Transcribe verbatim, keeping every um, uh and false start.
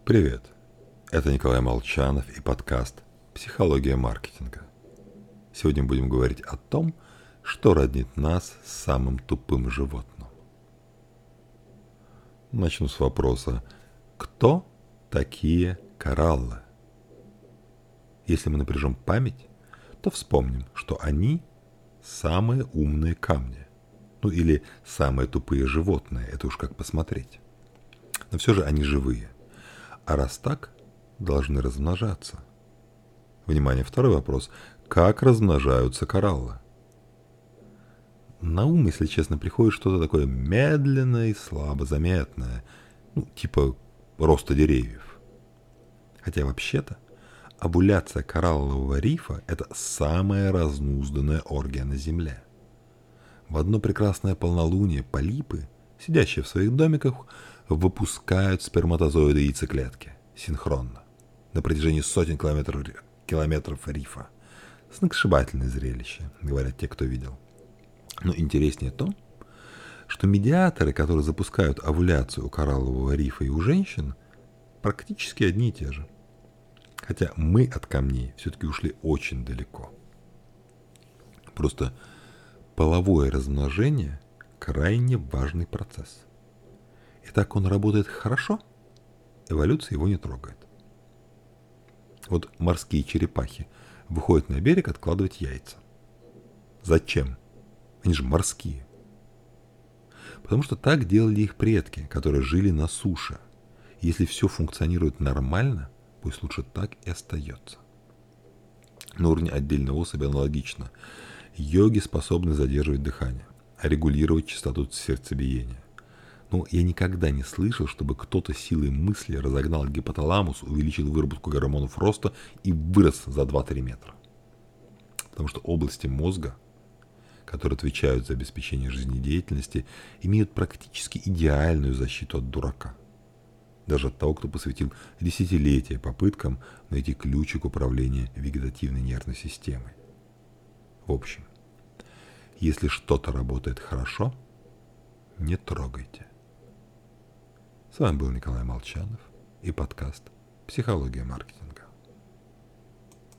Привет, это Николай Молчанов и подкаст «Психология маркетинга». Сегодня будем говорить о том, что роднит нас с самым тупым животным. Начну с вопроса: кто такие кораллы? Если мы напряжем память, то вспомним, что они самые умные камни. Ну или самые тупые животные, это уж как посмотреть. Но все же они живые. А раз так, должны размножаться. Внимание, второй вопрос. Как размножаются кораллы? На ум, если честно, приходит что-то такое медленное и слабо заметное, ну, типа роста деревьев. Хотя вообще-то овуляция кораллового рифа – это самая разнузданная оргия на Земле. В одно прекрасное полнолуние полипы, сидящие в своих домиках, выпускают сперматозоиды яйцеклетки синхронно на протяжении сотен километров, километров рифа. Сногсшибательное зрелище, говорят те, кто видел. Но интереснее то, что медиаторы, которые запускают овуляцию у кораллового рифа и у женщин, практически одни и те же. Хотя мы от камней все-таки ушли очень далеко. Просто половое размножение – крайне важный процесс. И так он работает хорошо, эволюция его не трогает. Вот морские черепахи выходят на берег откладывать яйца. Зачем? Они же морские. Потому что так делали их предки, которые жили на суше. И если все функционирует нормально, пусть лучше так и остается. На уровне отдельной особи аналогично. Йоги способны задерживать дыхание, регулировать частоту сердцебиения. Но я никогда не слышал, чтобы кто-то силой мысли разогнал гипоталамус, увеличил выработку гормонов роста и вырос за два-три метра. Потому что области мозга, которые отвечают за обеспечение жизнедеятельности, имеют практически идеальную защиту от дурака. Даже от того, кто посвятил десятилетия попыткам найти ключик управления вегетативной нервной системой. В общем, если что-то работает хорошо, не трогайте. С вами был Николай Молчанов и подкаст «Психология маркетинга».